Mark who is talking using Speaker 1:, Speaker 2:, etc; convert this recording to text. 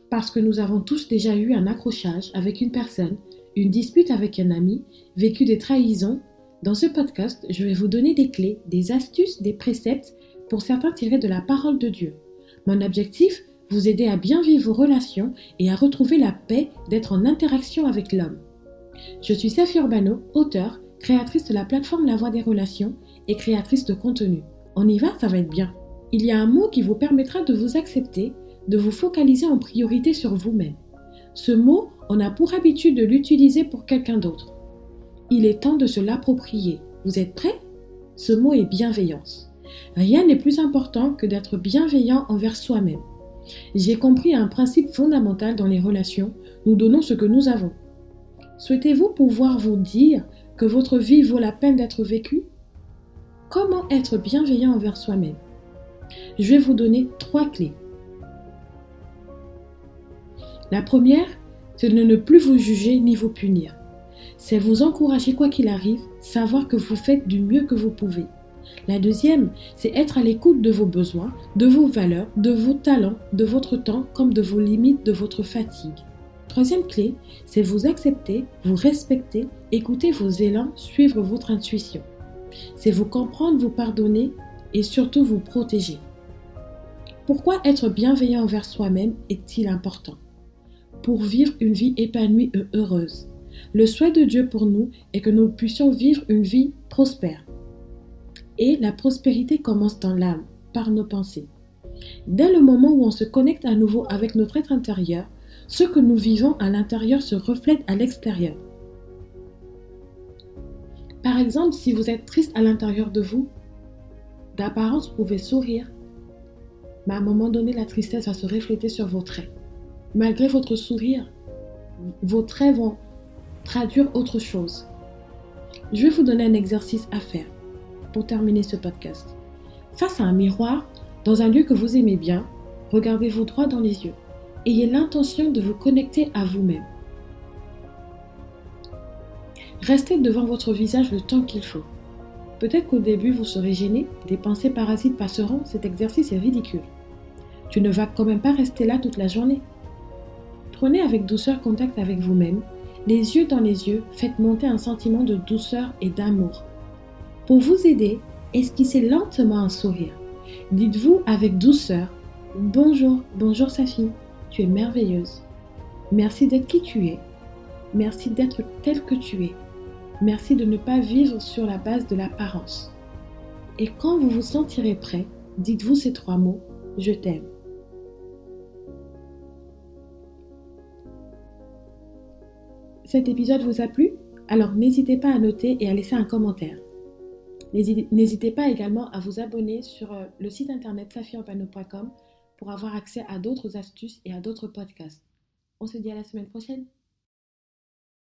Speaker 1: Parce que nous avons tous déjà eu un accrochage avec une personne, une dispute avec un ami, vécu des trahisons. Dans ce podcast, je vais vous donner des clés, des astuces, des préceptes pour certains tirés de la parole de Dieu. Mon objectif, vous aider à bien vivre vos relations et à retrouver la paix d'être en interaction avec l'homme. Je suis Safi Urbano, auteure, créatrice de la plateforme La Voix des Relations et créatrice de contenu. On y va, ça va être bien. Il y a un mot qui vous permettra de vous accepter, de vous focaliser en priorité sur vous-même. Ce mot, on a pour habitude de l'utiliser pour quelqu'un d'autre. Il est temps de se l'approprier. Vous êtes prêts ? Ce mot est bienveillance. Rien n'est plus important que d'être bienveillant envers soi-même. J'ai compris un principe fondamental dans les relations, nous donnons ce que nous avons. Souhaitez-vous pouvoir vous dire que votre vie vaut la peine d'être vécue ? Comment être bienveillant envers soi-même ? Je vais vous donner 3 clés. La première, c'est de ne plus vous juger ni vous punir. C'est vous encourager quoi qu'il arrive, savoir que vous faites du mieux que vous pouvez. La deuxième, c'est être à l'écoute de vos besoins, de vos valeurs, de vos talents, de votre temps comme de vos limites, de votre fatigue. Troisième clé, c'est vous accepter, vous respecter, écouter vos élans, suivre votre intuition. C'est vous comprendre, vous pardonner et surtout vous protéger. Pourquoi être bienveillant envers soi-même est-il important ? Pour vivre une vie épanouie et heureuse. Le souhait de Dieu pour nous est que nous puissions vivre une vie prospère. Et la prospérité commence dans l'âme, par nos pensées. Dès le moment où on se connecte à nouveau avec notre être intérieur, ce que nous vivons à l'intérieur se reflète à l'extérieur. Par exemple, si vous êtes triste à l'intérieur de vous, d'apparence vous pouvez sourire, mais à un moment donné, la tristesse va se refléter sur vos traits. Malgré votre sourire, vos traits vont traduire autre chose. Je vais vous donner un exercice à faire pour terminer ce podcast. Face à un miroir, dans un lieu que vous aimez bien, regardez-vous droit dans les yeux. Ayez l'intention de vous connecter à vous-même. Restez devant votre visage le temps qu'il faut. Peut-être qu'au début vous serez gêné, des pensées parasites passeront, cet exercice est ridicule. Tu ne vas quand même pas rester là toute la journée. Prenez avec douceur contact avec vous-même, les yeux dans les yeux, faites monter un sentiment de douceur et d'amour. Pour vous aider, esquissez lentement un sourire. Dites-vous avec douceur, « Bonjour Safi, tu es merveilleuse. Merci d'être qui tu es. Merci d'être tel que tu es. Merci de ne pas vivre sur la base de l'apparence. » Et quand vous vous sentirez prêt, dites-vous ces 3 mots, « Je t'aime ». Cet épisode vous a plu ? Alors n'hésitez pas à noter et à laisser un commentaire. N'hésitez pas également à vous abonner sur le site internet safiurbano.com pour avoir accès à d'autres astuces et à d'autres podcasts. On se dit à la semaine prochaine.